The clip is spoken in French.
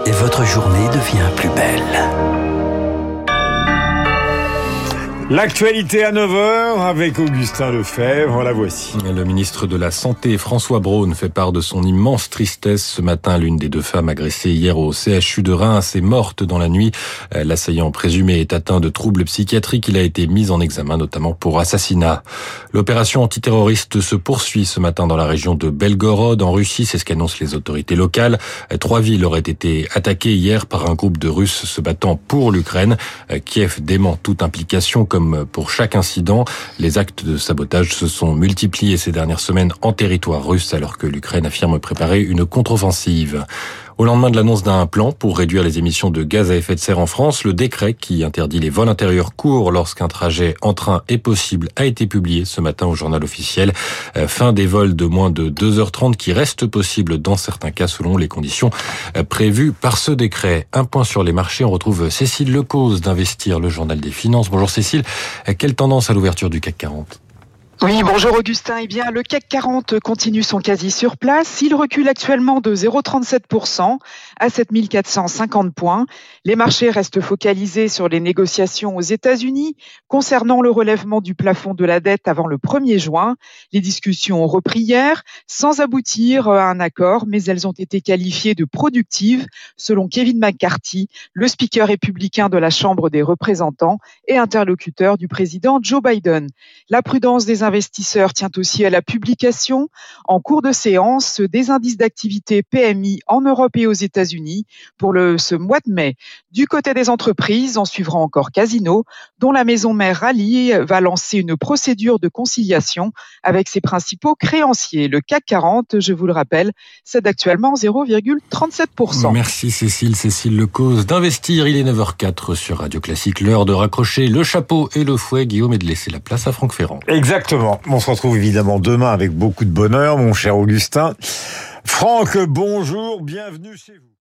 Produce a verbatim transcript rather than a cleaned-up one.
et votre journée devient plus belle. L'actualité à neuf heures avec Augustin Lefebvre, la voici. Le ministre de la Santé, François Braun, fait part de son immense tristesse ce matin. L'une des deux femmes agressées hier au C H U de Reims est morte dans la nuit. L'assaillant présumé est atteint de troubles psychiatriques. Il a été mis en examen notamment pour assassinat. L'opération antiterroriste se poursuit ce matin dans la région de Belgorod, en Russie. C'est ce qu'annoncent les autorités locales. Trois villes auraient été attaquées hier par un groupe de Russes se battant pour l'Ukraine. Kiev dément toute implication. Comme pour chaque incident, les actes de sabotage se sont multipliés ces dernières semaines en territoire russe, alors que l'Ukraine affirme préparer une contre-offensive. Au lendemain de l'annonce d'un plan pour réduire les émissions de gaz à effet de serre en France, le décret qui interdit les vols intérieurs courts lorsqu'un trajet en train est possible a été publié ce matin au journal officiel. Fin des vols de moins de deux heures trente qui restent possibles dans certains cas selon les conditions prévues par ce décret. Un point sur les marchés, on retrouve Cécile Lecause d'Investir, le journal des finances. Bonjour Cécile, quelle tendance à l'ouverture du C A C quarante ? Oui, bonjour Augustin. Eh bien, le C A C quarante continue son quasi sur place. Il recule actuellement de zéro virgule trente-sept pour cent à sept mille quatre cent cinquante points. Les marchés restent focalisés sur les négociations aux États-Unis concernant le relèvement du plafond de la dette avant le premier juin. Les discussions ont repris hier sans aboutir à un accord, mais elles ont été qualifiées de productives selon Kevin McCarthy, le speaker républicain de la Chambre des représentants et interlocuteur du président Joe Biden. La prudence des investisseurs tient aussi à la publication en cours de séance des indices d'activité P M I en Europe et aux États-Unis pour le, ce mois de mai. Du côté des entreprises, en suivra encore Casino, dont la maison mère Rallye va lancer une procédure de conciliation avec ses principaux créanciers. Le C A C quarante, je vous le rappelle, cède actuellement zéro virgule trente-sept pour cent. Merci Cécile, Cécile Lecause d'Investir. Il est neuf heures quatre sur Radio Classique. L'heure de raccrocher le chapeau et le fouet, Guillaume, et de laisser la place à Franck Ferrand. Exactement. On se retrouve évidemment demain avec beaucoup de bonheur, mon cher Augustin. Franck, bonjour, bienvenue chez vous.